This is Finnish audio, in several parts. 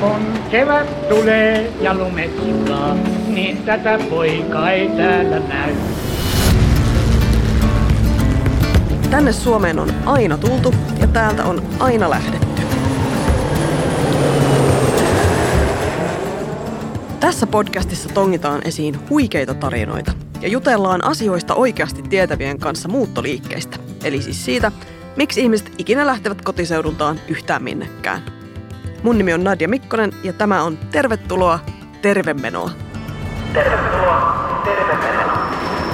Kun kevät tulee ja lumet sulaa, niin tätä poikaa ei täällä näy. Tänne Suomeen on aina tultu ja täältä on aina lähdetty. Tässä podcastissa tongitaan esiin huikeita tarinoita ja jutellaan asioista oikeasti tietävien kanssa muuttoliikkeistä. Eli siis siitä, miksi ihmiset ikinä lähtevät kotiseudultaan yhtään minnekään. Mun nimi on Nadia Mikkonen ja tämä on Tervetuloa Tervemenoa. Tervetuloa Tervemenoa.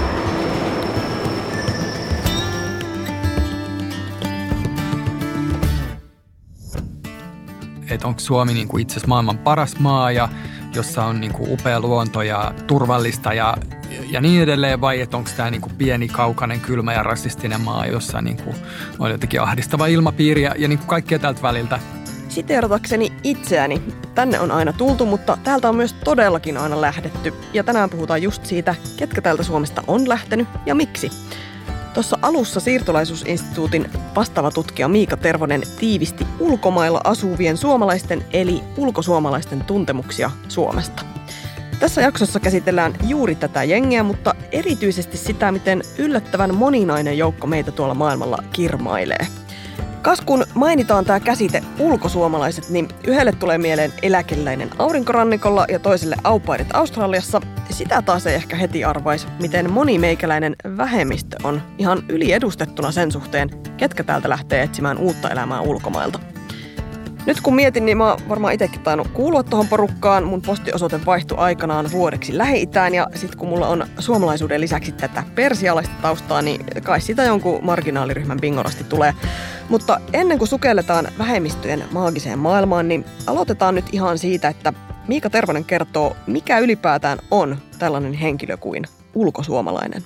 Että onko Suomi niinku itse asiassa maailman paras maa ja jossa on niinku upea luonto ja turvallista ja niin edelleen, vai että onko tämä niinku pieni, kaukainen, kylmä ja rasistinen maa, jossa niinku on jotenkin ahdistava ilmapiiri ja niinku kaikkea tältä väliltä. Siteeratakseni itseäni, tänne on aina tultu, mutta täältä on myös todellakin aina lähdetty. Ja tänään puhutaan just siitä, ketkä täältä Suomesta on lähtenyt ja miksi. Tuossa alussa Siirtolaisuusinstituutin vastaava tutkija Miika Tervonen tiivisti ulkomailla asuvien suomalaisten eli ulkosuomalaisten tuntemuksia Suomesta. Tässä jaksossa käsitellään juuri tätä jengiä, mutta erityisesti sitä, miten yllättävän moninainen joukko meitä tuolla maailmalla kirmailee. Kas kun mainitaan tämä käsite ulkosuomalaiset, niin yhdelle tulee mieleen eläkeläinen aurinkorannikolla ja toiselle aupairit Australiassa. Sitä taas ei ehkä heti arvaisi, miten moni meikäläinen vähemmistö on ihan yliedustettuna sen suhteen, ketkä täältä lähtee etsimään uutta elämää ulkomailta. Nyt kun mietin, niin mä oon varmaan itsekin tainnut kuulua tuohon porukkaan. Mun postiosoite vaihtui aikanaan vuodeksi Lähi-Itään ja sit kun mulla on suomalaisuuden lisäksi tätä persialaista taustaa, niin kai sitä jonkun marginaaliryhmän bingorasti tulee. Mutta ennen kuin sukelletaan vähemmistöjen maagiseen maailmaan, niin aloitetaan nyt ihan siitä, että Miika Tervonen kertoo, mikä ylipäätään on tällainen henkilö kuin ulkosuomalainen.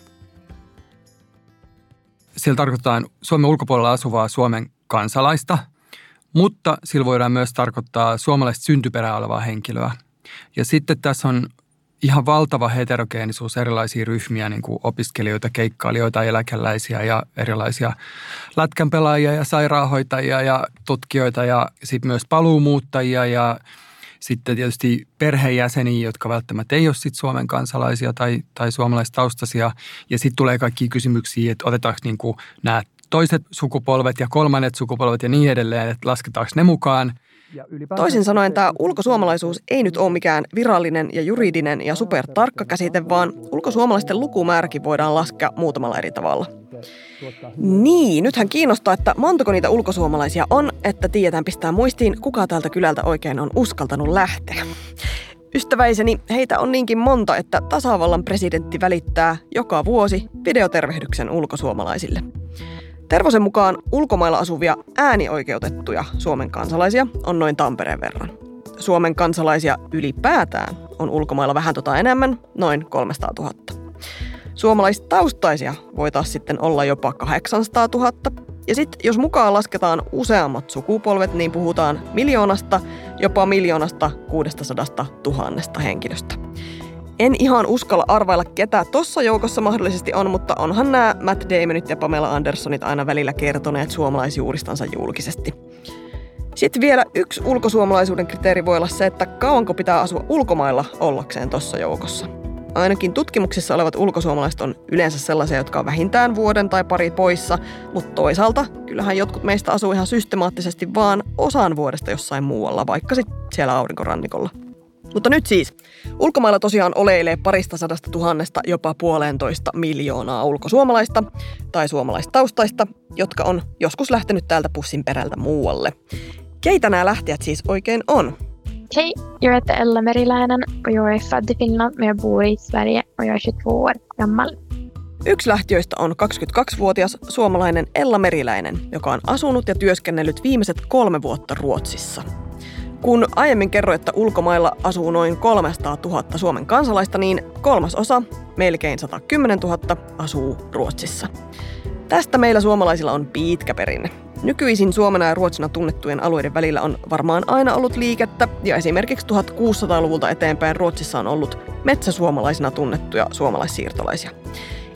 Sillä tarkoitetaan Suomen ulkopuolella asuvaa Suomen kansalaista, mutta sillä voidaan myös tarkoittaa suomalaista syntyperää olevaa henkilöä. Ja sitten tässä on ihan valtava heterogeenisuus, erilaisia ryhmiä, niin kuin opiskelijoita, keikkailijoita, eläkeläisiä ja erilaisia lätkänpelaajia ja sairaanhoitajia ja tutkijoita ja sitten myös paluumuuttajia ja sitten tietysti perheenjäseniä, jotka välttämättä ei ole sit Suomen kansalaisia tai suomalaistaustaisia. Ja sitten tulee kaikkia kysymyksiä, että otetaanko niin kuin nämä toiset sukupolvet ja kolmannet sukupolvet ja niin edelleen, että lasketaanko ne mukaan. Toisin sanoen tämä ulkosuomalaisuus ei nyt ole mikään virallinen ja juridinen ja supertarkka käsite, vaan ulkosuomalaisten lukumääräkin voidaan laskea muutamalla eri tavalla. Niin, nythän kiinnostaa, että montako niitä ulkosuomalaisia on, että tiedetään pistää muistiin, kuka täältä kylältä oikein on uskaltanut lähteä. Ystäväiseni, heitä on niinkin monta, että tasavallan presidentti välittää joka vuosi videotervehdyksen ulkosuomalaisille. Tervosen mukaan ulkomailla asuvia äänioikeutettuja Suomen kansalaisia on noin Tampereen verran. Suomen kansalaisia ylipäätään on ulkomailla vähän enemmän, noin 300 000. Suomalaistaustaisia voi taas sitten olla jopa 800 000. Ja sitten jos mukaan lasketaan useammat sukupolvet, niin puhutaan 1 000 000, jopa 1 600 000 henkilöstä. En ihan uskalla arvailla, ketä tossa joukossa mahdollisesti on, mutta onhan nämä Matt Damonit ja Pamela Andersonit aina välillä kertoneet suomalaisjuuristansa julkisesti. Sitten vielä yksi ulkosuomalaisuuden kriteeri voi olla se, että kauanko pitää asua ulkomailla ollakseen tossa joukossa. Ainakin tutkimuksissa olevat ulkosuomalaiset on yleensä sellaisia, jotka on vähintään vuoden tai pari poissa, mutta toisaalta kyllähän jotkut meistä asuu ihan systemaattisesti vaan osan vuodesta jossain muualla, vaikka sitten siellä aurinkorannikolla. Mutta nyt siis, ulkomailla tosiaan oleilee 200 000 jopa 1,5 miljoonaa ulkosuomalaista tai suomalaistaustaista, jotka on joskus lähtenyt täältä pussin perältä muualle. Keitä nämä lähtijät siis oikein on? Hej, jag heter Ella Meriläinen och jag är född i Finland men jag bor i Sverige och jag är 22 år gammal. Yksi lähtiöistä on 22-vuotias suomalainen Ella Meriläinen, joka on asunut ja työskennellyt viimeiset 3 vuotta Ruotsissa. Kun aiemmin kerroin, että ulkomailla asuu noin 300 000 Suomen kansalaista, niin 1/3, melkein 110 000, asuu Ruotsissa. Tästä meillä suomalaisilla on pitkä perinne. Nykyisin Suomena ja Ruotsina tunnettujen alueiden välillä on varmaan aina ollut liikettä, ja esimerkiksi 1600-luvulta eteenpäin Ruotsissa on ollut metsäsuomalaisina tunnettuja suomalaissiirtolaisia.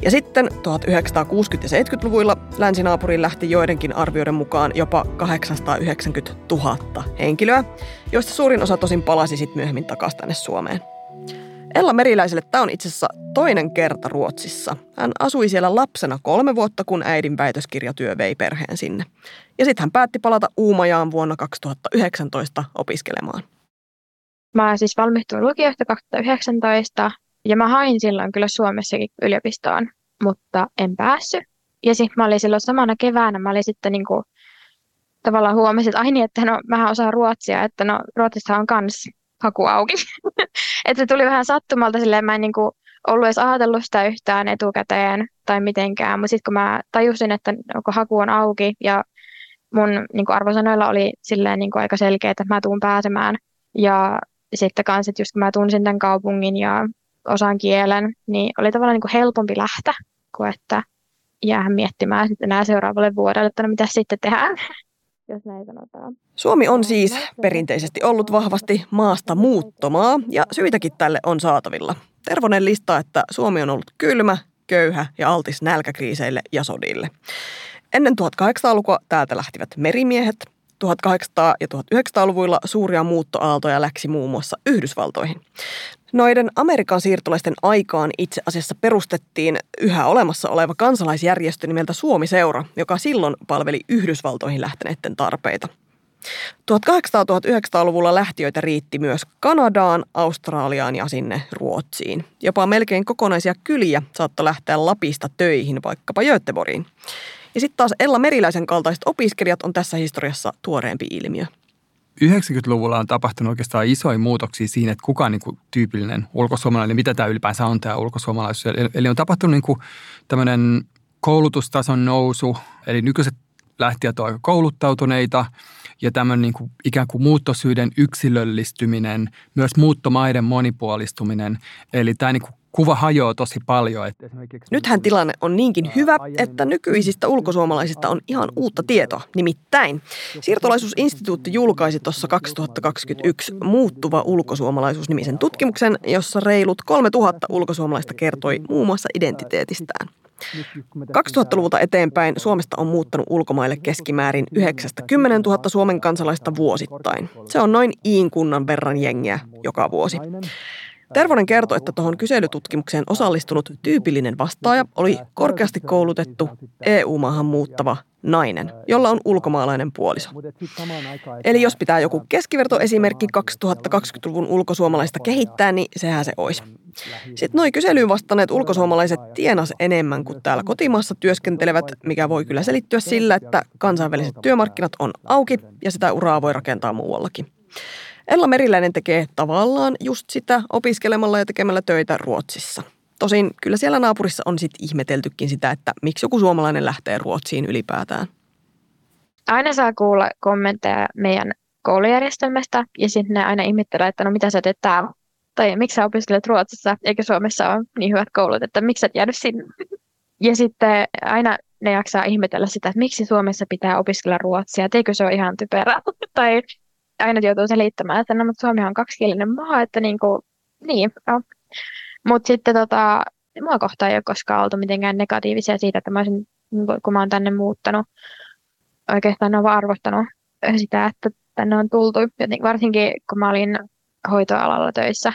Ja sitten 1960- ja 70-luvuilla länsinaapuriin lähti joidenkin arvioiden mukaan jopa 890 000 henkilöä, joista suurin osa tosin palasi sitten myöhemmin takaisin tänne Suomeen. Ella Meriläiselle tämä on itse asiassa toinen kerta Ruotsissa. Hän asui siellä lapsena 3 vuotta, kun äidin väitöskirjatyö vei perheen sinne. Ja sitten hän päätti palata Uumajaan vuonna 2019 opiskelemaan. Mä siis valmistuin lukiosta 2019 ja mä hain silloin kyllä Suomessakin yliopistoon, mutta en päässyt. Ja sitten mä olin silloin samana keväänä, mä olin sitten niinku, tavallaan huomasin, että ai niin, että no mähän osaan ruotsia, että no Ruotsissa on kans haku auki. Että se tuli vähän sattumalta silleen, mä en niinku ollut edes ajatellut sitä yhtään etukäteen tai mitenkään, mutta sitten kun mä tajusin, että onko haku on auki ja mun niinku arvosanoilla oli silleen niinku aika selkeä, että mä tuun pääsemään ja sitten kans, että just kun mä tunsin tämän kaupungin ja osaan kielen, niin oli tavallaan niinku helpompi lähteä kuin että jäähän miettimään sitten enää seuraavalle vuodelle, että no mitä sitten tehdään, jos näin sanotaan. Suomi on siis perinteisesti ollut vahvasti maasta muuttomaa ja syitäkin tälle on saatavilla. Tervonen listaa, että Suomi on ollut kylmä, köyhä ja altis nälkäkriiseille ja sodille. Ennen 1800-lukua täältä lähtivät merimiehet. 1800- ja 1900-luvuilla suuria muuttoaaltoja läksi muun muassa Yhdysvaltoihin. Noiden Amerikan siirtolaisten aikaan itse asiassa perustettiin yhä olemassa oleva kansalaisjärjestö nimeltä Suomi-seura, joka silloin palveli Yhdysvaltoihin lähteneiden tarpeita. 1800-1900-luvulla lähtiöitä riitti myös Kanadaan, Australiaan ja sinne Ruotsiin. Jopa melkein kokonaisia kyliä saattoi lähteä Lapista töihin, vaikkapa Göteborgiin. Ja sitten taas Ella Meriläisen kaltaiset opiskelijat on tässä historiassa tuoreempi ilmiö. 90-luvulla on tapahtunut oikeastaan isoja muutoksia siinä, että kuka on niin kuin tyypillinen ulkosuomalainen, mitä tämä ylipäänsä on tämä ulkosuomalaisuus. Eli on tapahtunut niin kuin tämmöinen koulutustason nousu, eli nykyiset lähtijät on aika kouluttautuneita ja tämmöinen niin kuin ikään kuin muuttosyiden yksilöllistyminen, myös muuttomaiden monipuolistuminen, eli tämä niin kuin kuva hajoaa tosi paljon. Nythän tilanne on niinkin hyvä, että nykyisistä ulkosuomalaisista on ihan uutta tietoa. Nimittäin Siirtolaisuusinstituutti julkaisi tuossa 2021 Muuttuva ulkosuomalaisuus-nimisen tutkimuksen, jossa reilut 3000 ulkosuomalaista kertoi muun muassa identiteetistään. 2000-luvulta eteenpäin Suomesta on muuttanut ulkomaille keskimäärin 9-10 000 Suomen kansalaista vuosittain. Se on noin Iin kunnan verran jengiä joka vuosi. Tervonen kertoi, että tuohon kyselytutkimukseen osallistunut tyypillinen vastaaja oli korkeasti koulutettu EU-maahan muuttava nainen, jolla on ulkomaalainen puoliso. Eli jos pitää joku keskivertoesimerkki 2020-luvun ulkosuomalaista kehittää, niin sehän se olisi. Sitten noi kyselyyn vastanneet ulkosuomalaiset tienas enemmän kuin täällä kotimaassa työskentelevät, mikä voi kyllä selittyä sillä, että kansainväliset työmarkkinat on auki ja sitä uraa voi rakentaa muuallakin. Ella Meriläinen tekee tavallaan just sitä opiskelemalla ja tekemällä töitä Ruotsissa. Tosin kyllä siellä naapurissa on sitten ihmeteltykin sitä, että miksi joku suomalainen lähtee Ruotsiin ylipäätään. Aina saa kuulla kommentteja meidän koulujärjestelmästä ja sitten ne aina ihmettelee, että no mitä sä teet täällä? Tai miksi sä opiskelet Ruotsissa, eikä Suomessa ole niin hyvät koulut, että miksi sä et jäänyt sinne? Ja sitten aina ne jaksaa ihmetellä sitä, että miksi Suomessa pitää opiskella ruotsia, että eikö se ole ihan typerää? Tai aina joutuu selittämään, että no, mutta Suomi on kaksikielinen maa, että niin. No. Mutta sitten mua kohtaan ei ole koskaan oltu mitenkään negatiivisia siitä, että mä olisin, kun mä oon tänne muuttanut, oikeastaan olen arvostanut sitä, että tänne on tultu, varsinkin kun mä olin hoitoalalla töissä.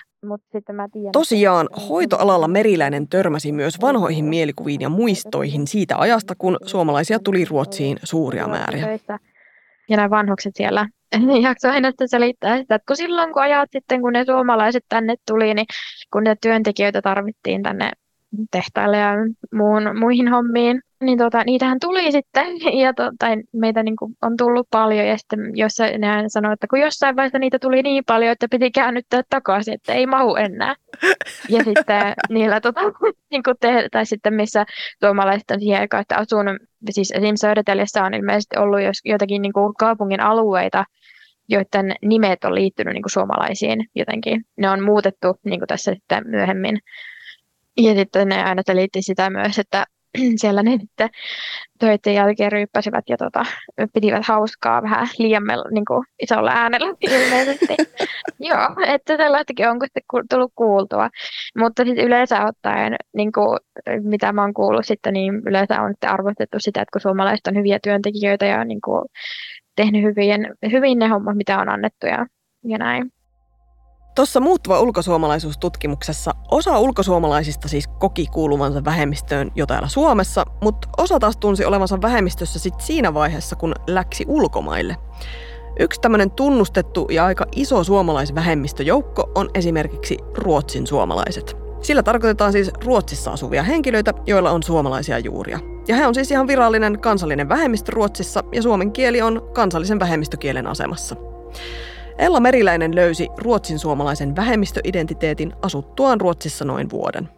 Tosiaan, hoitoalalla Meriläinen törmäsi myös vanhoihin mielikuviin ja muistoihin siitä ajasta, kun suomalaisia tuli Ruotsiin suuria määriä. Ja nämä vanhukset siellä jakso aina selittää sitä, että kun silloin kun ajat sitten, kun ne suomalaiset tänne tuli, niin kun ne työntekijöitä tarvittiin tänne tehtaille ja muihin hommiin, niin niitähän tuli sitten ja meitä niin kuin on tullut paljon ja sitten ne sanoo, että kun jossain vaiheessa niitä tuli niin paljon, että piti käännyttää takaisin, että ei mahu enää. Ja sitten niillä niin kuin tai sitten missä suomalaiset on siihen aikaan, että asunut, siis esimerkiksi Södertäljessä on ilmeisesti ollut jotakin niin kuin kaupungin alueita, joiden nimet on liittynyt niin kuin suomalaisiin jotenkin. Ne on muutettu niin kuin tässä sitten myöhemmin. Ja sitten ne aina selitti sitä myös, että siellä ne sitten töiden jälkeen ryyppäsivät ja pitivät hauskaa vähän liian niin kuin isolla äänellä ilmeisesti. Joo, että sellaistakin on tullut kuultua. Mutta sitten yleensä ottaen, niin kuin, mitä mä oon kuullut sitten, niin yleensä on arvostettu sitä, että kun suomalaiset on hyviä työntekijöitä ja niin kuin, tehnyt hyvin ne hommat, mitä on annettu ja näin. Tuossa muuttuva ulkosuomalaisuustutkimuksessa osa ulkosuomalaisista siis koki kuuluvansa vähemmistöön jo täällä Suomessa, mutta osa taas tunsi olevansa vähemmistössä sit siinä vaiheessa, kun läksi ulkomaille. Yksi tämmöinen tunnustettu ja aika iso suomalaisvähemmistöjoukko on esimerkiksi Ruotsin suomalaiset. Sillä tarkoitetaan siis Ruotsissa asuvia henkilöitä, joilla on suomalaisia juuria. Ja he on siis ihan virallinen kansallinen vähemmistö Ruotsissa ja suomen kieli on kansallisen vähemmistökielen asemassa. Ella Meriläinen löysi ruotsin suomalaisen vähemmistöidentiteetin asuttuaan Ruotsissa noin vuoden.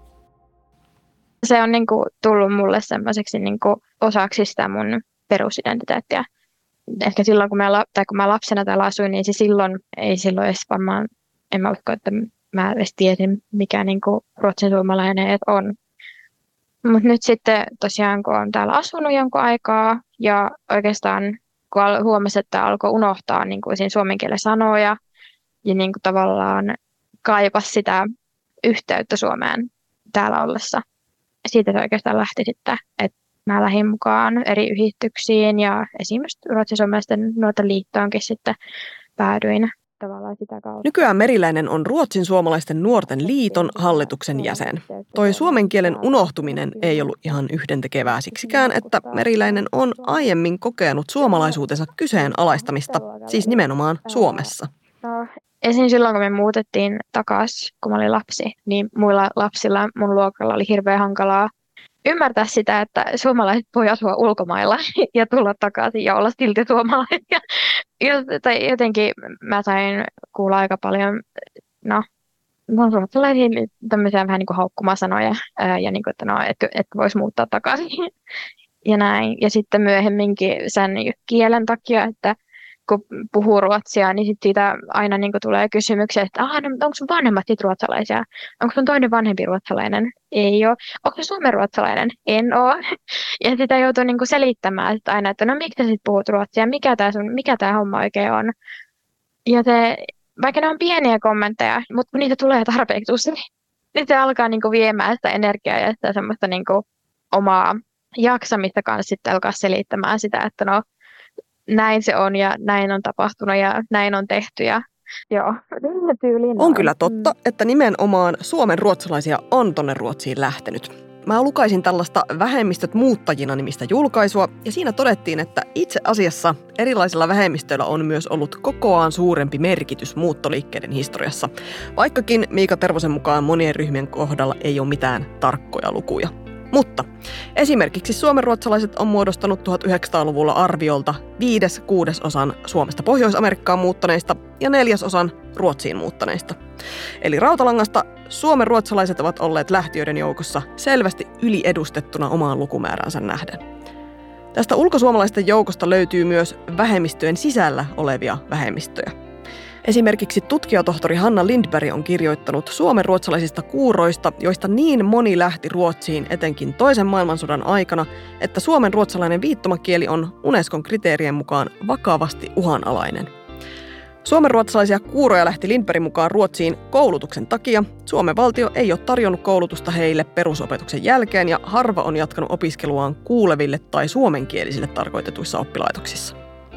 Se on niinku tullut mulle semmoiseksi niinku osaksi sitä mun perusidentiteettiä. Ehkä silloin, kun mä lapsena täällä asuin, niin ei silloin edes varmaan, en mä usko, että mä edes tiesin, mikä niinku ruotsin suomalainen on. Mutta nyt sitten tosiaan, kun on täällä asunut jonkun aikaa ja oikeastaan kun huomasi, että alkoi unohtaa niin kuin siinä suomen kielen sanoja ja niin kuin tavallaan kaipasi sitä yhteyttä Suomeen täällä ollessa. Siitä se oikeastaan lähti sitten, että mä lähdin mukaan eri yhdistyksiin ja esimerkiksi ruotsin-suomalaisten nuorten liittoonkin sitten päädyin tavallaan sitä kautta. Nykyään Meriläinen on Ruotsin suomalaisten nuorten liiton hallituksen jäsen. Toi suomen kielen unohtuminen ei ollut ihan yhdentekevää siksikään, että Meriläinen on aiemmin kokenut suomalaisuutensa kyseenalaistamista, siis nimenomaan Suomessa. No, esim. Silloin, kun me muutettiin takaisin, kun mä olin lapsi, niin muilla lapsilla mun luokalla oli hirveän hankalaa ymmärtää sitä, että suomalaiset voi asua ulkomailla ja tulla takaisin ja olla silti suomalaisia. Tai jotenkin mä sain kuulla aika paljon, mun suomalaisia tämmöisiä vähän niin kuin haukkumasanoja ja niin kuin, että voisi muuttaa takaisin ja näin. Ja sitten myöhemminkin sen kielen takia, että kun puhuu ruotsia, niin sit siitä aina niin kuin tulee kysymyksiä, että onko sun vanhemmat sit ruotsalaisia? Onko sun toinen vanhempi ruotsalainen? Ei ole. Onko suomen ruotsalainen? En ole. Ja sitä joutuu niin kuin selittämään että aina, että no miksi sä sit puhut ruotsia? Mikä tää homma oikein on? Ja vaikka ne on pieniä kommentteja, mutta kun niitä tulee tarpeeksi usein, niin se alkaa niin kuin viemään sitä energiaa ja sitä semmoista niin kuin omaa jaksamista kanssa sitten alkaa selittämään sitä, että no näin se on ja näin on tapahtunut ja näin on tehty ja joo, tyyliin on kyllä totta, että nimenomaan Suomen ruotsalaisia on tonne Ruotsiin lähtenyt. Mä lukaisin tällaista Vähemmistöt muuttajina -nimistä julkaisua ja siinä todettiin, että itse asiassa erilaisilla vähemmistöillä on myös ollut kokoaan suurempi merkitys muuttoliikkeiden historiassa, vaikkakin Miika Tervosen mukaan monien ryhmien kohdalla ei ole mitään tarkkoja lukuja. Mutta esimerkiksi suomenruotsalaiset on muodostanut 1900-luvulla arviolta 5/6 Suomesta Pohjois-Amerikkaan muuttaneista ja 4/4 Ruotsiin muuttaneista. Eli rautalangasta suomenruotsalaiset ovat olleet lähtiöiden joukossa selvästi yliedustettuna omaan lukumääränsä nähden. Tästä ulkosuomalaisten joukosta löytyy myös vähemmistöjen sisällä olevia vähemmistöjä. Esimerkiksi tutkijatohtori Hanna Lindberg on kirjoittanut suomenruotsalaisista kuuroista, joista niin moni lähti Ruotsiin etenkin toisen maailmansodan aikana, että suomenruotsalainen viittomakieli on Unescon kriteerien mukaan vakavasti uhanalainen. Suomenruotsalaisia kuuroja lähti Lindbergin mukaan Ruotsiin koulutuksen takia. Suomen valtio ei ole tarjonnut koulutusta heille perusopetuksen jälkeen ja harva on jatkanut opiskeluaan kuuleville tai suomenkielisille tarkoitetuissa oppilaitoksissa.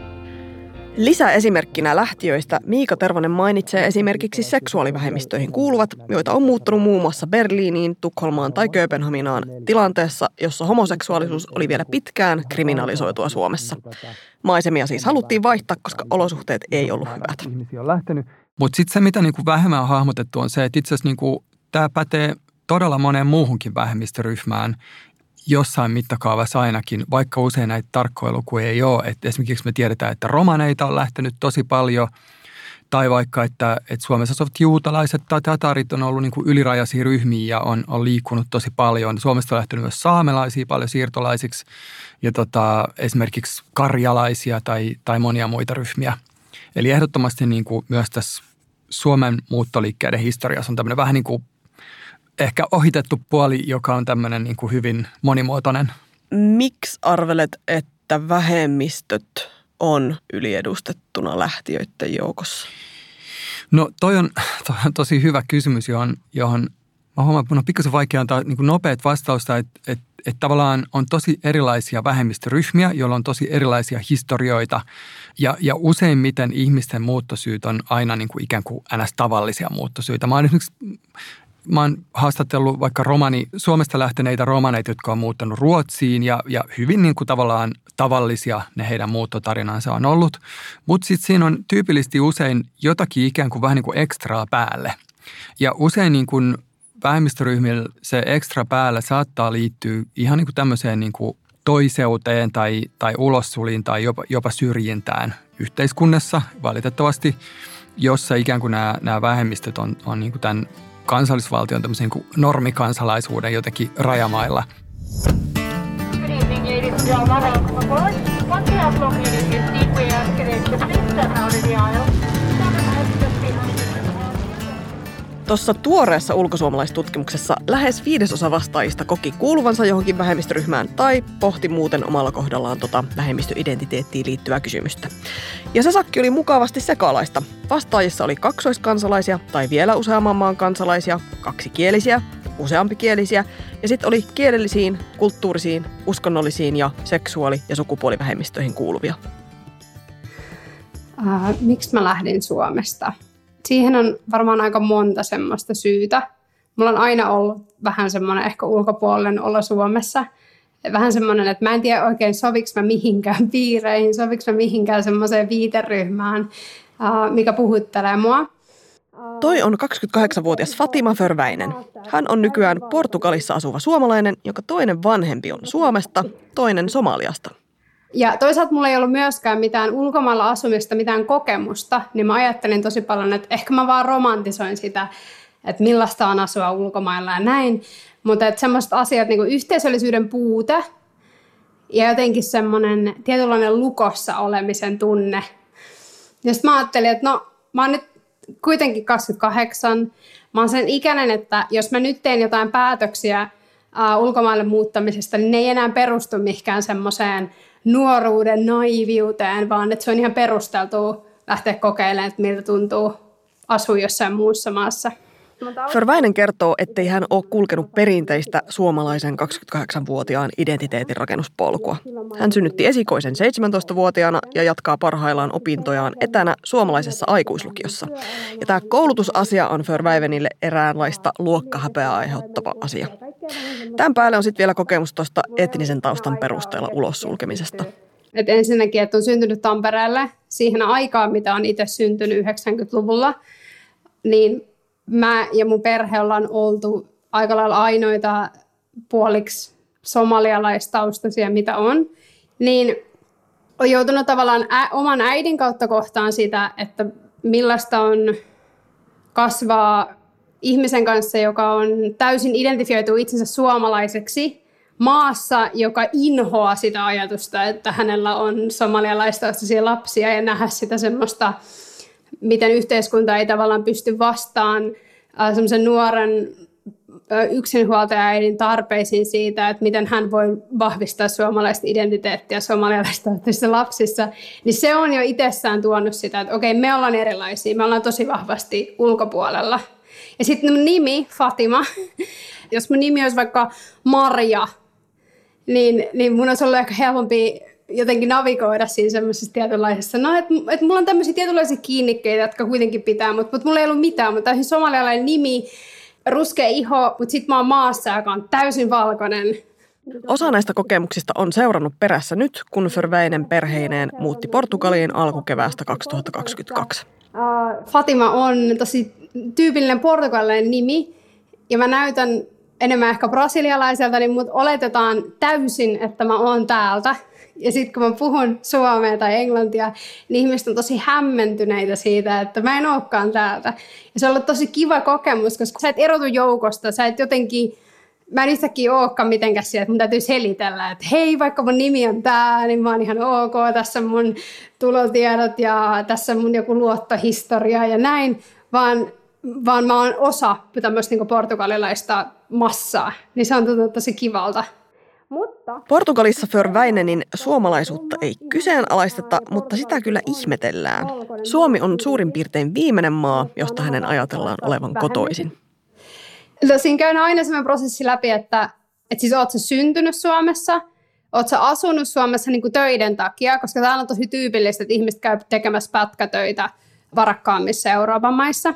Lisäesimerkkinä lähtiöistä Miika Tervonen mainitsee esimerkiksi seksuaalivähemmistöihin kuuluvat, joita on muuttanut muun muassa Berliiniin, Tukholmaan tai Kööpenhaminaan tilanteessa, jossa homoseksuaalisuus oli vielä pitkään kriminalisoitua Suomessa. Maisemia siis haluttiin vaihtaa, koska olosuhteet ei ollut hyvät. Mutta sitten se, mitä niinku vähemmän on hahmotettu, on se, että itse asiassa niinku, tämä pätee todella moneen muuhunkin vähemmistöryhmään, jossain mittakaavassa ainakin, vaikka usein näitä tarkkoja lukuja ei ole. Et esimerkiksi me tiedetään, että romaneita on lähtenyt tosi paljon, tai vaikka, että Suomessa asuvat juutalaiset tai tatarit on ollut niin kuin ylirajaisia ryhmiä ja on liikkunut tosi paljon. Suomesta on lähtenyt myös saamelaisia paljon siirtolaisiksi ja esimerkiksi karjalaisia tai monia muita ryhmiä. Eli ehdottomasti niin kuin myös tässä Suomen muuttoliikkeiden historiassa on tämmöinen vähän niin kuin ehkä ohitettu puoli, joka on tämmöinen niin kuin hyvin monimuotoinen. Miksi arvelet, että vähemmistöt on yliedustettuna lähtijöiden joukossa? No toi on tosi hyvä kysymys, johon mä huomaan, että mun on pikkasen vaikea antaa niin kuin nopeat vastausta, että tavallaan on tosi erilaisia vähemmistöryhmiä, joilla on tosi erilaisia historioita ja useimmiten ihmisten muuttosyyt on aina niin kuin ikään kuin tavallisia muuttosyitä. Mä oon haastatellut vaikka Suomesta lähteneitä romaneita, jotka on muuttanut Ruotsiin ja hyvin niin kuin tavallaan tavallisia ne heidän muuttotarinansa on ollut. Mutta sitten siinä on tyypillisesti usein jotakin ikään kuin vähän niin kuin ekstraa päälle. Ja usein niin kuin vähemmistöryhmillä se ekstra päällä saattaa liittyä ihan niin kuin tämmöiseen niin kuin toiseuteen tai ulossuliin tai jopa syrjintään yhteiskunnassa valitettavasti, jossa ikään kuin nämä vähemmistöt on niin kuin tämän kansallisvaltion tämmöisen niin kuin normikansalaisuuden jotenkin rajamailla. Good evening, ladies and gentlemen. Welcome aboard. One cab located in Speedway Escalade. Please step out of the aisle. 7 miles just behind you. Tuossa tuoreessa ulkosuomalaistutkimuksessa lähes 5% vastaajista koki kuuluvansa johonkin vähemmistöryhmään tai pohti muuten omalla kohdallaan vähemmistöidentiteettiin liittyvää kysymystä. Ja se sakki oli mukavasti sekalaista. Vastaajissa oli kaksoiskansalaisia tai vielä useamman maan kansalaisia, kaksikielisiä, useampikielisiä ja sitten oli kielellisiin, kulttuurisiin, uskonnollisiin ja seksuaali- ja sukupuolivähemmistöihin kuuluvia. Miksi mä lähdin Suomesta? Siihen on varmaan aika monta semmoista syytä. Mulla on aina ollut vähän semmoinen ehkä ulkopuolinen olo Suomessa. Vähän semmoinen, että mä en tiedä oikein soviks mä mihinkään piireihin, soviks mä mihinkään semmoiseen viiteryhmään, mikä puhuttelee mua. Toi on 28-vuotias Fatima Förväinen. Hän on nykyään Portugalissa asuva suomalainen, joka toinen vanhempi on Suomesta, toinen Somaliasta. Ja toisaalta mulla ei ollut myöskään mitään ulkomailla asumista, mitään kokemusta, niin mä ajattelin tosi paljon, että ehkä mä vaan romantisoin sitä, että millaista on asua ulkomailla ja näin. Mutta että semmoiset asiat, niin kuin yhteisöllisyyden puute ja jotenkin semmoinen tietynlainen lukossa olemisen tunne. Ja sitten mä ajattelin, että no mä oon nyt kuitenkin 28, mä oon sen ikäinen, että jos mä nyt teen jotain päätöksiä ulkomaille muuttamisesta, niin ne ei enää perustu mihinkään semmoiseen nuoruuden naiviuteen, vaan että se on ihan perusteltua lähteä kokeilemaan, että miltä tuntuu asua jossain muussa maassa. Förväinen kertoo, ettei hän ole kulkenut perinteistä suomalaisen 28-vuotiaan identiteetin rakennuspolkua. Hän synnytti esikoisen 17-vuotiaana ja jatkaa parhaillaan opintojaan etänä suomalaisessa aikuislukiossa. Ja tämä koulutusasia on Förväinenille eräänlaista luokkahäpeää aiheuttava asia. Tämän päälle on sitten vielä kokemus tuosta etnisen taustan perusteella ulos sulkemisesta. Et ensinnäkin, että on syntynyt Tampereelle siihen aikaan, mitä on itse syntynyt 90-luvulla, niin mä ja mun perhe ollaan oltu aika lailla ainoita puoliksi somalialaistaustaisia, mitä on, niin on joutunut tavallaan oman äidin kautta kohtaan sitä, että millaista on kasvaa ihmisen kanssa, joka on täysin identifioitu itsensä suomalaiseksi maassa, joka inhoaa sitä ajatusta, että hänellä on somalialaistaustaisia lapsia ja nähdä sitä semmoista, miten yhteiskunta ei tavallaan pysty vastaan semmoisen nuoren yksinhuoltaja-äidin tarpeisiin siitä, että miten hän voi vahvistaa suomalaista identiteettiä somalialaistaustaisissa lapsissa, niin se on jo itsessään tuonut sitä, että okei, me ollaan erilaisia, me ollaan tosi vahvasti ulkopuolella. Ja sitten mun nimi, Fatima, jos mun nimi olisi vaikka Marja, niin mun olisi ollut ehkä helpompi jotenkin navigoida siinä semmoisessa tietynlaisessa, no että mulla on tämmöisiä tietynlaisia kiinnikkeitä, jotka kuitenkin pitää, mutta mulla ei ollut mitään, mutta täysin somalialainen nimi, ruskea iho, mutta sit mä oon maassa, joka on täysin valkoinen. Osa näistä kokemuksista on seurannut perässä nyt, kun Förväinen perheineen muutti Portugaliin alkukeväästä 2022. Fatima on tosi tyypillinen portugalilainen nimi, ja mä näytän enemmän ehkä brasilialaiselta, niin mut oletetaan täysin, että mä oon täältä. Ja sitten kun mä puhun suomea tai englantia, niin ihmiset on tosi hämmentyneitä siitä, että mä en olekaan täältä. Ja se on ollut tosi kiva kokemus, koska sä et erotu joukosta, sä et jotenkin, mä en yhtäkkiä olekaan mitenkään siellä, että mun täytyy selitellä, että hei, vaikka mun nimi on tää, niin mä oon ihan ok, tässä on mun tulotiedot ja tässä on mun joku luottohistoria ja näin. Vaan vaan mä oon osa tämmöistä niin portugalilaista massaa. Niin se on tuntunut tosi kivalta. Mutta Portugalissa Förväinenin suomalaisuutta ei kyseenalaisteta, mutta sitä kyllä ihmetellään. Suomi on suurin piirtein viimeinen maa, josta hänen ajatellaan olevan kotoisin. No, siinä käydään aina sellainen prosessi läpi, että siis oot sä syntynyt Suomessa, oot sä asunut Suomessa niin kuin töiden takia, koska täällä on tosi tyypillistä, että ihmiset käy tekemässä pätkätöitä varakkaammissa Euroopan maissa.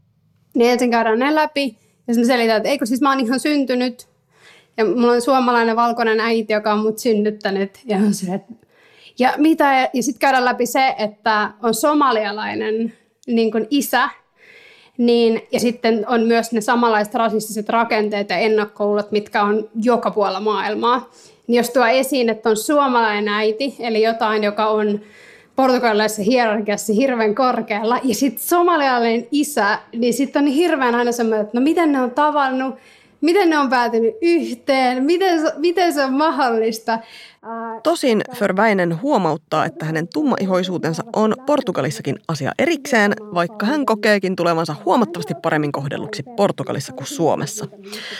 Niin ensin käydään ne läpi ja sitten selitän, että eikö siis mä oon ihan syntynyt ja mulla on suomalainen valkoinen äiti, joka on mut synnyttänyt. Ja on se, ja mitä? Ja sitten käydään läpi se, että on somalialainen niin kuin isä. Niin, ja sitten on myös ne samanlaiset rasistiset rakenteet ja ennakkoluulot, mitkä on joka puolella maailmaa. Niin jos tuo esiin, että on suomalainen äiti, eli jotain, joka on portugalilaisessa hierarkiassa hirveän korkealla, ja sitten somalialainen isä, niin sitten on hirveän aina semmoinen, että no miten ne on tavannut, miten ne on päätynyt yhteen, miten se on mahdollista. Tosin Förväinen huomauttaa, että hänen tummaihoisuutensa on Portugalissakin asia erikseen, vaikka hän kokeekin tulevansa huomattavasti paremmin kohdelluksi Portugalissa kuin Suomessa.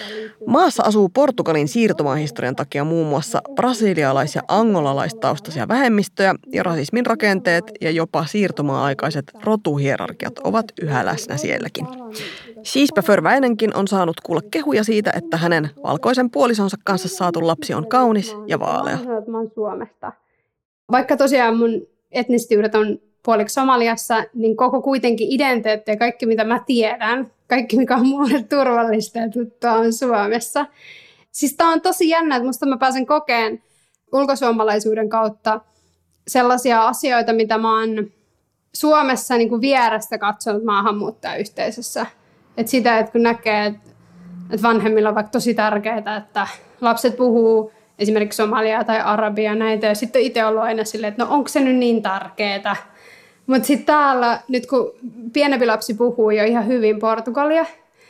Maassa asuu Portugalin siirtomaahistorian takia muun muassa brasilialais- ja angolalaistaustaisia vähemmistöjä, ja rasismin rakenteet ja jopa siirtomaa-aikaiset rotuhierarkiat ovat yhä läsnä sielläkin. Siispä Förväinenkin on saanut kuulla kehuja siitä, että hänen valkoisen puolisonsa kanssa saatu lapsi on kaunis ja vaalea. Mä oon Suomesta. Vaikka tosiaan mun etnisyydet on puoliksi Somaliassa, niin koko kuitenkin identiteetti ja kaikki mitä mä tiedän, kaikki mikä on mulle turvallista ja tuttua on Suomessa. Siis tää on tosi jännä, että musta mä pääsen kokeen ulkosuomalaisuuden kautta sellaisia asioita, mitä mä oon Suomessa niin kuin vierestä katsonut maahanmuuttajayhteisössä. Että sitä, että kun näkee, että vanhemmilla on vaikka tosi tärkeää, että lapset puhuu esimerkiksi somaliaa tai arabiaa näitä, ja sitten itse ollut aina silleen, että no onko se nyt niin tärkeää. Mutta sitten täällä, nyt kun pienempi lapsi puhuu jo ihan hyvin portugalia,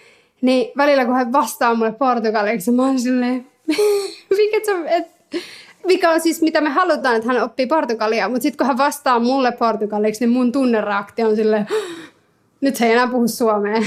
niin välillä kun hän vastaa mulle portugaliksi, mä oon silleen, mikä on siis mitä me halutaan, että hän oppii portugalia, mutta sitten kun hän vastaa mulle portugaliksi, niin mun tunnereaktio on silleen, nyt se ei enää puhu suomea.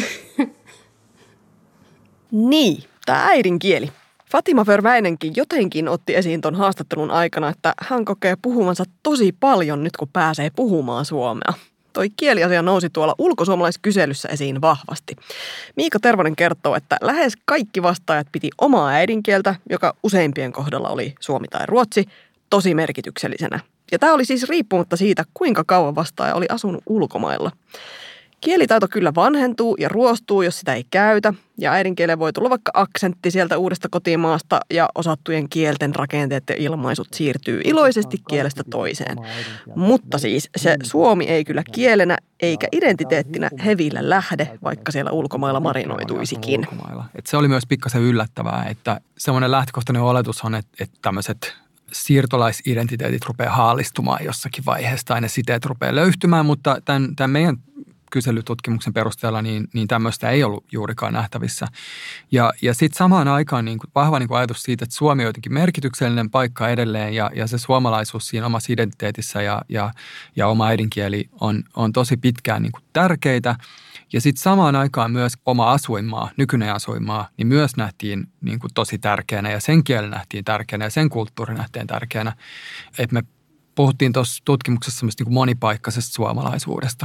Niin, tämä äidinkieli. Fatima Förväinenkin jotenkin otti esiin ton haastattelun aikana, että hän kokee puhuvansa tosi paljon nyt, kun pääsee puhumaan suomea. Toi kieliasia nousi tuolla ulkosuomalaiskyselyssä esiin vahvasti. Miika Tervonen kertoo, että lähes kaikki vastaajat piti omaa äidinkieltä, joka useimpien kohdalla oli suomi tai ruotsi, tosi merkityksellisenä. Ja tämä oli siis riippumatta siitä, kuinka kauan vastaaja oli asunut ulkomailla. Kielitaito kyllä vanhentuu ja ruostuu, jos sitä ei käytä, ja äidinkieleen voi tulla vaikka aksentti sieltä uudesta kotimaasta, ja osattujen kielten rakenteet ja ilmaisut siirtyy iloisesti kielestä toiseen. Mutta siis se suomi ei kyllä kielenä eikä identiteettinä hevillä lähde, vaikka siellä ulkomailla marinoituisikin. Et se oli myös pikkasen yllättävää, että semmoinen lähtökohtainen oletus on, että tämmöiset siirtolaisidentiteetit rupeaa haalistumaan jossakin vaiheessa, tai ne siteet rupeaa löyhtymään, mutta tämän meidän kyselytutkimuksen perusteella niin tämmöistä ei ollut juurikaan nähtävissä. Ja sitten samaan aikaan niin kuin vahva niin kuin ajatus siitä, että Suomi on jotenkin merkityksellinen paikka edelleen ja se suomalaisuus siinä omassa identiteetissä ja oma äidinkieli on tosi pitkään niin kuin tärkeitä. Ja sitten samaan aikaan myös oma asuinmaa, nykyinen asuinmaa, niin myös nähtiin niin kuin tosi tärkeänä ja sen kieli nähtiin tärkeänä ja sen kulttuuri nähtiin tärkeänä. Että me puhuttiin tuossa tutkimuksessa semmoista niin kuin monipaikkaisesta suomalaisuudesta.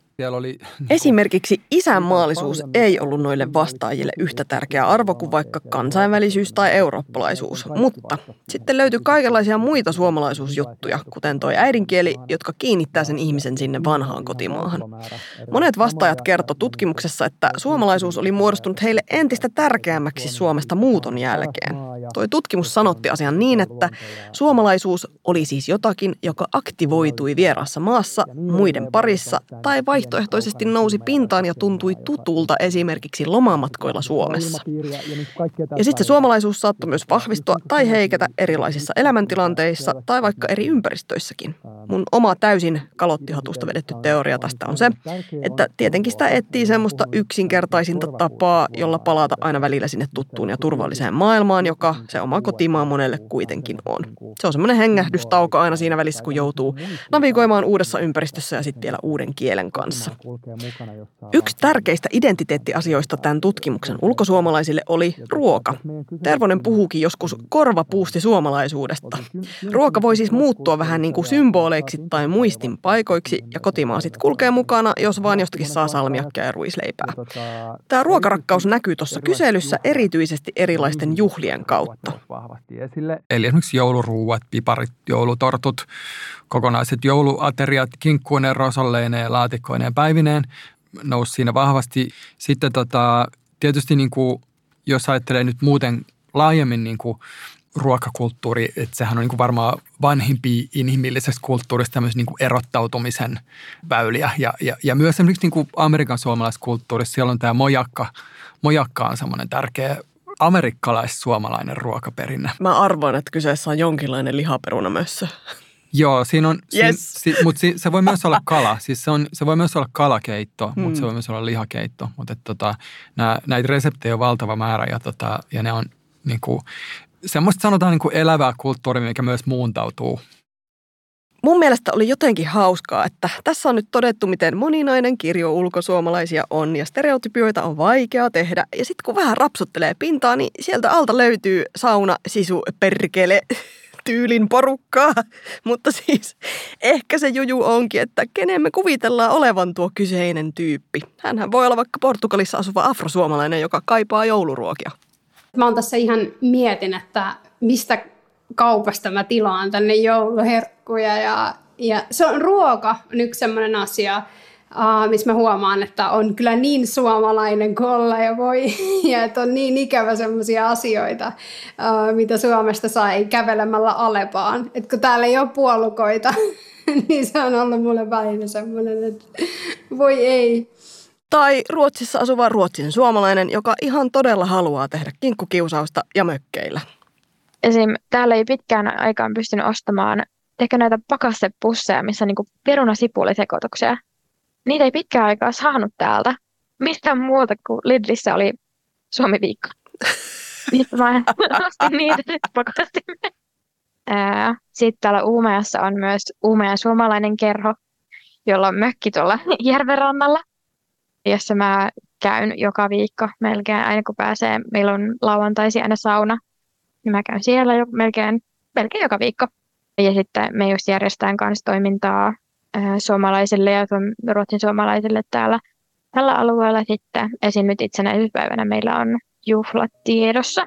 Esimerkiksi isänmaallisuus ei ollut noille vastaajille yhtä tärkeä arvo kuin vaikka kansainvälisyys tai eurooppalaisuus, mutta sitten löytyi kaikenlaisia muita suomalaisuusjuttuja, kuten toi äidinkieli, jotka kiinnittää sen ihmisen sinne vanhaan kotimaahan. Monet vastaajat kertoi tutkimuksessa, että suomalaisuus oli muodostunut heille entistä tärkeämmäksi Suomesta muuton jälkeen. Toi tutkimus sanotti asian niin, että suomalaisuus oli siis jotakin, joka aktivoitui vieraassa maassa, muiden parissa tai vaihtoehtoisesti nousi pintaan ja tuntui tutulta esimerkiksi lomamatkoilla Suomessa. Ja sitten se suomalaisuus saattoi myös vahvistua tai heiketä erilaisissa elämäntilanteissa tai vaikka eri ympäristöissäkin. Mun oma täysin kalottihatusta vedetty teoria tästä on se, että tietenkin sitä etsii semmoista yksinkertaisinta tapaa, jolla palata aina välillä sinne tuttuun ja turvalliseen maailmaan, joka se oma kotimaa monelle kuitenkin on. Se on semmoinen hengähdystauko aina siinä välissä, kun joutuu navigoimaan uudessa ympäristössä ja sitten vielä uuden kielen kanssa. kanssa. Yksi tärkeistä identiteettiasioista tämän tutkimuksen ulkosuomalaisille oli ruoka. Tervonen puhuukin joskus korvapuusti suomalaisuudesta. Ruoka voi siis muuttua vähän niin kuin symboleiksi tai muistinpaikoiksi, ja kotimaa sitten kulkee mukana, jos vaan jostakin saa salmiakkia ja ruisleipää. Tämä ruokarakkaus näkyy tuossa kyselyssä erityisesti erilaisten juhlien kautta. Eli esimerkiksi jouluruuat, piparit, joulutortut, kokonaiset jouluateriat, kinkkuineen, rosolleineen, laatikkoineen, päivineen nousi siinä vahvasti. Sitten tietysti niin kuin, jos ajattelee nyt muuten laajemmin niin kuin ruokakulttuuri, että sehän on niin kuin varmaan vanhimpia inhimillisestä kulttuurista tämmöisen niin kuin erottautumisen väyliä. Ja myös esimerkiksi niin kuin Amerikan suomalaiskulttuurissa siellä on tämä mojakka. Mojakka on semmoinen tärkeä amerikkalais-suomalainen ruokaperinne. Mä arvoin, että kyseessä on jonkinlainen lihaperunamössö. Joo, siinä on, Yes. mutta se voi myös olla kala. Siis se voi myös olla kalakeitto, mutta se voi myös olla lihakeitto. Mutta näitä reseptejä on valtava määrä ja ne on niinku semmoista sanotaan niinku elävää kulttuuria, mikä myös muuntautuu. Mun mielestä oli jotenkin hauskaa, että tässä on nyt todettu, miten moninainen kirjo ulkosuomalaisia on ja stereotypioita on vaikea tehdä. Ja sitten kun vähän rapsuttelee pintaa, niin sieltä alta löytyy sauna, sisu, perkele, tyylin porukkaa. Mutta siis ehkä se juju onkin, että kenen me kuvitellaan olevan tuo kyseinen tyyppi. Hänhän voi olla vaikka Portugalissa asuva afrosuomalainen, joka kaipaa jouluruokia. Mä oon tässä ihan mietin, että mistä kaupasta mä tilaan tänne jouluherkkuja ja se on ruoka on yksi sellainen asia, missä mä huomaan, että on kyllä niin suomalainen kuin olla ja voi, ja että on niin ikävä sellaisia asioita, mitä Suomesta sai kävelemällä Alepaan. Että kun täällä ei ole puolukoita, niin se on ollut mulle välillä semmoinen, että voi ei. Tai Ruotsissa asuva ruotsin suomalainen, joka ihan todella haluaa tehdä kinkkukiusausta ja mökkeillä. Esim. Täällä ei pitkään aikaan pystynyt ostamaan ehkä näitä pakastepusseja, missä on niinku perunasipulisekoituksia. Niitä ei pitkään aikaa saanut täältä. Mistään muuta kuin Lidlissä oli Suomi-viikko. Mistä mä ostin niitä nyt pakastimeen. Sitten täällä Uumajassa on myös Uumajan suomalainen kerho, jolla on mökki tuolla järvenrannalla, jossa mä käyn joka viikko melkein aina kun pääsee. Meillä on lauantaisin aina sauna. Niin mä käyn siellä jo melkein joka viikko. Ja sitten me just järjestetään kanssa toimintaa suomalaisille ja ruotsin suomalaisille tällä alueella sitten. Esim. Nyt itsenäisyyspäivänä meillä on juhlat tiedossa.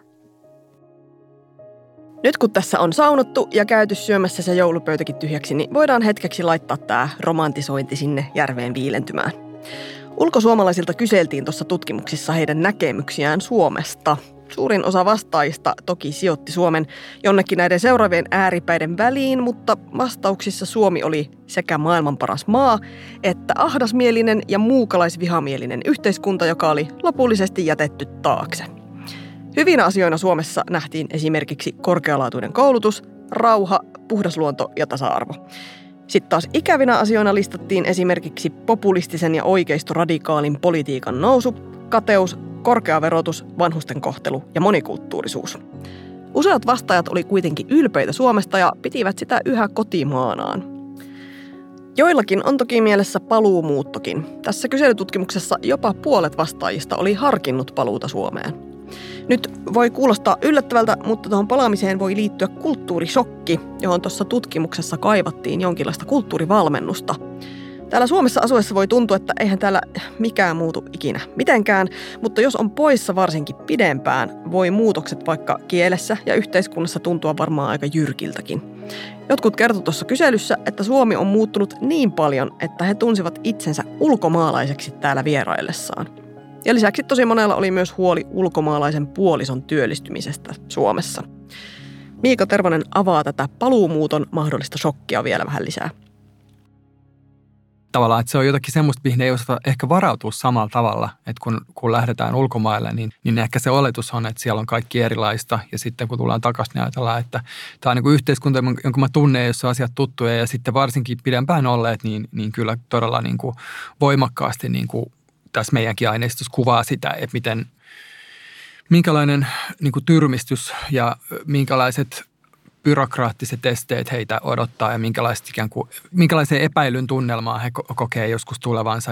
Nyt kun tässä on saunottu ja käyty syömässä se joulupöytäkin tyhjäksi, niin voidaan hetkeksi laittaa tämä romantisointi sinne järveen viilentymään. Ulkosuomalaisilta kyseltiin tuossa tutkimuksissa heidän näkemyksiään Suomesta. Suurin osa vastaajista toki sijoitti Suomen jonnekin näiden seuraavien ääripäiden väliin, mutta vastauksissa Suomi oli sekä maailman paras maa, että ahdasmielinen ja muukalaisvihamielinen yhteiskunta, joka oli lopullisesti jätetty taakse. Hyvinä asioina Suomessa nähtiin esimerkiksi korkealaatuinen koulutus, rauha, puhdas luonto ja tasa-arvo. Sitten taas ikävinä asioina listattiin esimerkiksi populistisen ja oikeistoradikaalin politiikan nousu, kateus, korkea verotus, vanhusten kohtelu ja monikulttuurisuus. Useat vastaajat oli kuitenkin ylpeitä Suomesta ja pitivät sitä yhä kotimaanaan. Joillakin on toki mielessä paluumuuttokin. Tässä kyselytutkimuksessa jopa puolet vastaajista oli harkinnut paluuta Suomeen. Nyt voi kuulostaa yllättävältä, mutta tuohon palaamiseen voi liittyä kulttuurishokki, johon tuossa tutkimuksessa kaivattiin jonkinlaista kulttuurivalmennusta. Täällä Suomessa asuessa voi tuntua, että eihän täällä mikään muutu ikinä mitenkään, mutta jos on poissa varsinkin pidempään, voi muutokset vaikka kielessä ja yhteiskunnassa tuntua varmaan aika jyrkiltäkin. Jotkut kertoi tuossa kyselyssä, että Suomi on muuttunut niin paljon, että he tunsivat itsensä ulkomaalaiseksi täällä vieraillessaan. Ja lisäksi tosi monella oli myös huoli ulkomaalaisen puolison työllistymisestä Suomessa. Miika Tervonen avaa tätä paluumuuton mahdollista shokkia vielä vähän lisää. Tavallaan, että se on jotakin semmoista, mihin ei osata ehkä varautua samalla tavalla, että kun lähdetään ulkomaille, niin ehkä se oletus on, että siellä on kaikki erilaista ja sitten kun tullaan takaisin, niin ajatellaan, että tämä on niin kuin yhteiskunta, jonka mä tunnen, jossa on asiat tuttuja ja sitten varsinkin pidempään olleet, niin kyllä todella niin kuin voimakkaasti niin kuin tässä meidänkin aineistossa kuvaa sitä, että minkälainen niin kuin tyrmistys ja minkälaiset byrokraattiset esteet heitä odottaa ja minkälaisen epäilyn tunnelmaa he kokee joskus tulevansa.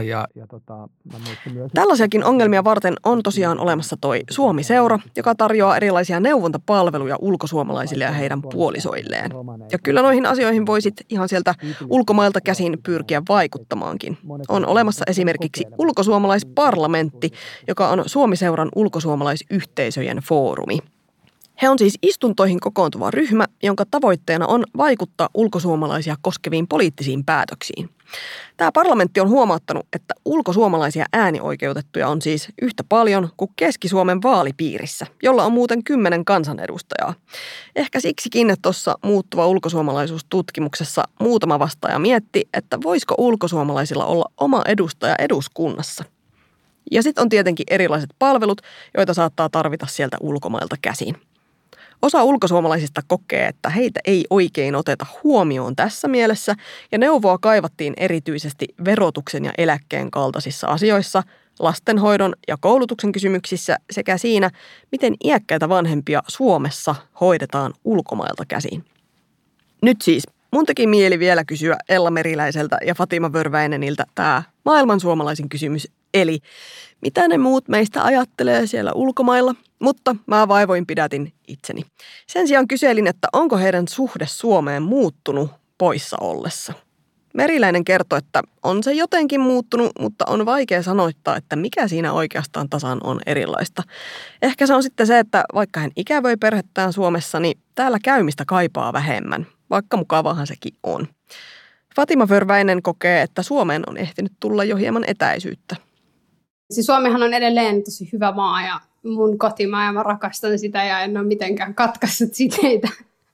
Tällaisiakin ongelmia varten on tosiaan olemassa toi Suomi-seura, joka tarjoaa erilaisia neuvontapalveluja ulkosuomalaisille ja heidän puolisoilleen. Ja kyllä noihin asioihin voisit ihan sieltä ulkomailta käsin pyrkiä vaikuttamaankin. On olemassa esimerkiksi ulkosuomalaisparlamentti, joka on Suomi-seuran ulkosuomalaisyhteisöjen foorumi. He on siis istuntoihin kokoontuva ryhmä, jonka tavoitteena on vaikuttaa ulkosuomalaisia koskeviin poliittisiin päätöksiin. Tämä parlamentti on huomauttanut, että ulkosuomalaisia äänioikeutettuja on siis yhtä paljon kuin Keski-Suomen vaalipiirissä, jolla on muuten 10 kansanedustajaa. Ehkä siksikin tuossa muuttuva ulkosuomalaisuustutkimuksessa muutama vastaaja mietti, että voisiko ulkosuomalaisilla olla oma edustaja eduskunnassa. Ja sitten on tietenkin erilaiset palvelut, joita saattaa tarvita sieltä ulkomailta käsin. Osa ulkosuomalaisista kokee, että heitä ei oikein oteta huomioon tässä mielessä, ja neuvoa kaivattiin erityisesti verotuksen ja eläkkeen kaltaisissa asioissa, lastenhoidon ja koulutuksen kysymyksissä sekä siinä, miten iäkkäitä vanhempia Suomessa hoidetaan ulkomailta käsin. Nyt siis mun teki mieli vielä kysyä Ella Meriläiseltä ja Fatima Wörväineniltä tämä maailman suomalaisin kysymys, eli mitä ne muut meistä ajattelee siellä ulkomailla, mutta mä vaivoin pidätin itseni. Sen sijaan kyselin, että onko heidän suhde Suomeen muuttunut poissa ollessa. Meriläinen kertoi, että on se jotenkin muuttunut, mutta on vaikea sanoittaa, että mikä siinä oikeastaan tasan on erilaista. Ehkä se on sitten se, että vaikka hän ikävöi perhettään Suomessa, niin täällä käymistä kaipaa vähemmän, vaikka mukavahan sekin on. Fatima Wörväinen kokee, että Suomeen on ehtinyt tulla jo hieman etäisyyttä. Siis Suomihan on edelleen tosi hyvä maa ja mun kotimaa ja mä rakastan sitä ja en ole mitenkään katkaissut siteitä.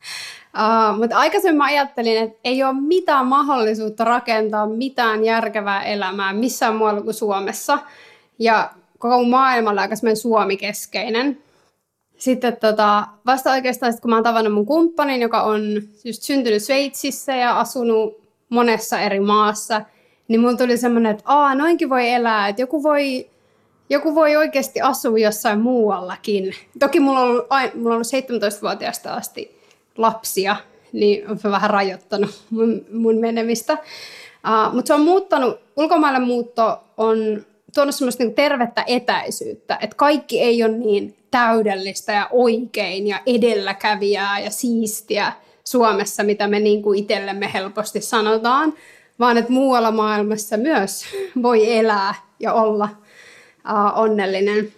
Mutta aikaisemmin mä ajattelin, että ei ole mitään mahdollisuutta rakentaa mitään järkevää elämää missään muualla kuin Suomessa. Ja koko maailmalla aika semmoinen Suomi-keskeinen. Sitten vasta oikeastaan, kun mä oon tavannut mun kumppanin, joka on just syntynyt Sveitsissä ja asunut monessa eri maassa, niin mulla tuli semmoinen, että noinkin voi elää, että joku voi oikeasti asua jossain muuallakin. Toki mulla on ollut 17-vuotiaasta asti lapsia, niin on vähän rajoittanut mun menemistä. Mutta se on muuttanut, ulkomaille muutto on tuonut semmoista niin tervettä etäisyyttä, että kaikki ei ole niin täydellistä ja oikein ja edelläkävijää ja siistiä Suomessa, mitä me niin kuin itsellemme helposti sanotaan, vaan että muualla maailmassa myös voi elää ja olla onnellinen.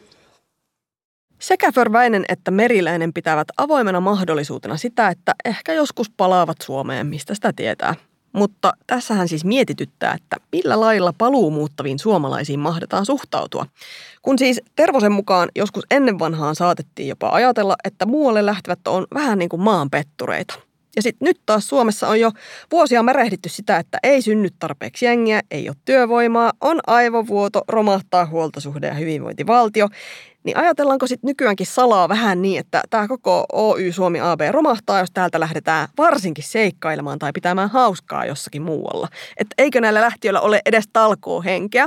Sekä Wörväinen että Meriläinen pitävät avoimena mahdollisuutena sitä, että ehkä joskus palaavat Suomeen, mistä sitä tietää. Mutta tässähän siis mietityttää, että millä lailla paluumuuttaviin suomalaisiin mahdetaan suhtautua. Kun siis Tervosen mukaan joskus ennen vanhaan saatettiin jopa ajatella, että muualle lähtevät on vähän niin kuin maanpettureita. Ja sitten nyt taas Suomessa on jo vuosia märehditty sitä, että ei synny tarpeeksi jengiä, ei ole työvoimaa, on aivovuoto, romahtaa huoltosuhde ja hyvinvointivaltio. Niin ajatellaanko sitten nykyäänkin salaa vähän niin, että tämä koko Oy Suomi AB romahtaa, jos täältä lähdetään varsinkin seikkailemaan tai pitämään hauskaa jossakin muualla. Että eikö näillä lähtiöillä ole edes talkoohenkeä?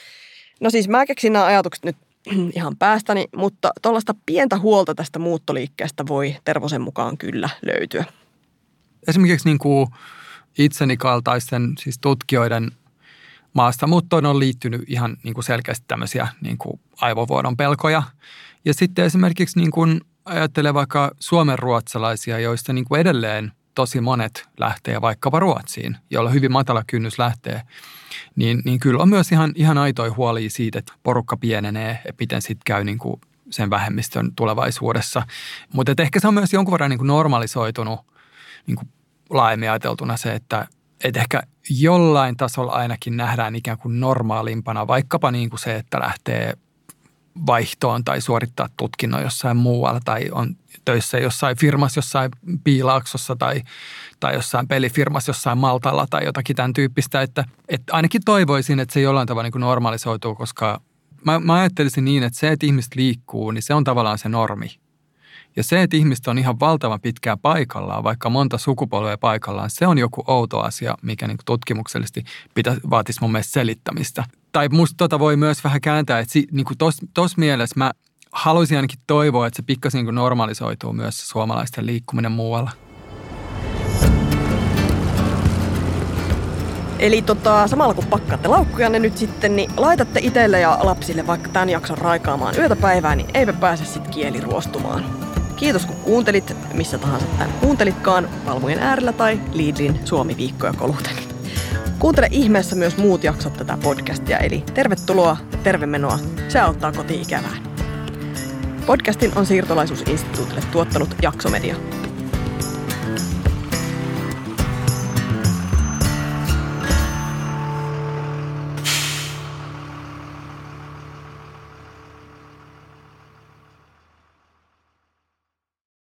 No siis mä keksin nämä ajatukset nyt ihan päästäni, mutta tuollaista pientä huolta tästä muuttoliikkeestä voi Tervosen mukaan kyllä löytyä. Esimerkiksi niin kuin itseni kaltaisten siis tutkijoiden maastamuuttoon on liittynyt ihan niin kuin selkeästi tämmöisiä niin kuin aivovuodon pelkoja. Ja sitten esimerkiksi niin kuin ajattelee vaikka suomenruotsalaisia, joista niin kuin edelleen tosi monet lähtee vaikkapa Ruotsiin, jolla hyvin matala kynnys lähtee, niin kyllä on myös ihan aitoja huolia siitä, että porukka pienenee ja miten sitten käy niin kuin sen vähemmistön tulevaisuudessa. Mutta ehkä se on myös jonkun verran niin kuin normalisoitunut niin kuin laajemmin ajateltuna se, että ehkä jollain tasolla ainakin nähdään ikään kuin normaalimpana, vaikkapa niin kuin se, että lähtee vaihtoon tai suorittaa tutkinnon jossain muualla tai on töissä jossain firmassa, jossain Piilaaksossa tai jossain pelifirmassa jossain Maltalla tai jotakin tämän tyyppistä, että ainakin toivoisin, että se jollain tavalla niin kuin normalisoituu, koska mä ajattelisin niin, että se, että ihmiset liikkuu, niin se on tavallaan se normi. Ja se, että ihmiset on ihan valtavan pitkään paikallaan, vaikka monta sukupolvea paikallaan, se on joku outo asia, mikä niin kuin tutkimuksellisesti vaatisi mun mielestä selittämistä. Tai musta voi myös vähän kääntää, että niin kuin tuossa mielessä mä haluaisin ainakin toivoa, että se pikkasen niin kuin normalisoituu myös suomalaisten liikkuminen muualla. Eli samalla kun pakkaatte laukkujanne nyt sitten, niin laitatte itselle ja lapsille vaikka tämän jakson raikaamaan yötä päivää, niin eipä pääse sit kieli ruostumaan. Kiitos kun kuuntelit, missä tahansa tämän kuuntelitkaan, Palmujen äärellä tai Lidlin Suomi-viikkoja koluten. Kuuntele ihmeessä myös muut jaksot tätä podcastia, eli tervetuloa ja tervemenoa, se auttaa koti-ikävään. Podcastin on Siirtolaisuusinstituutille tuottanut Jaksomedia.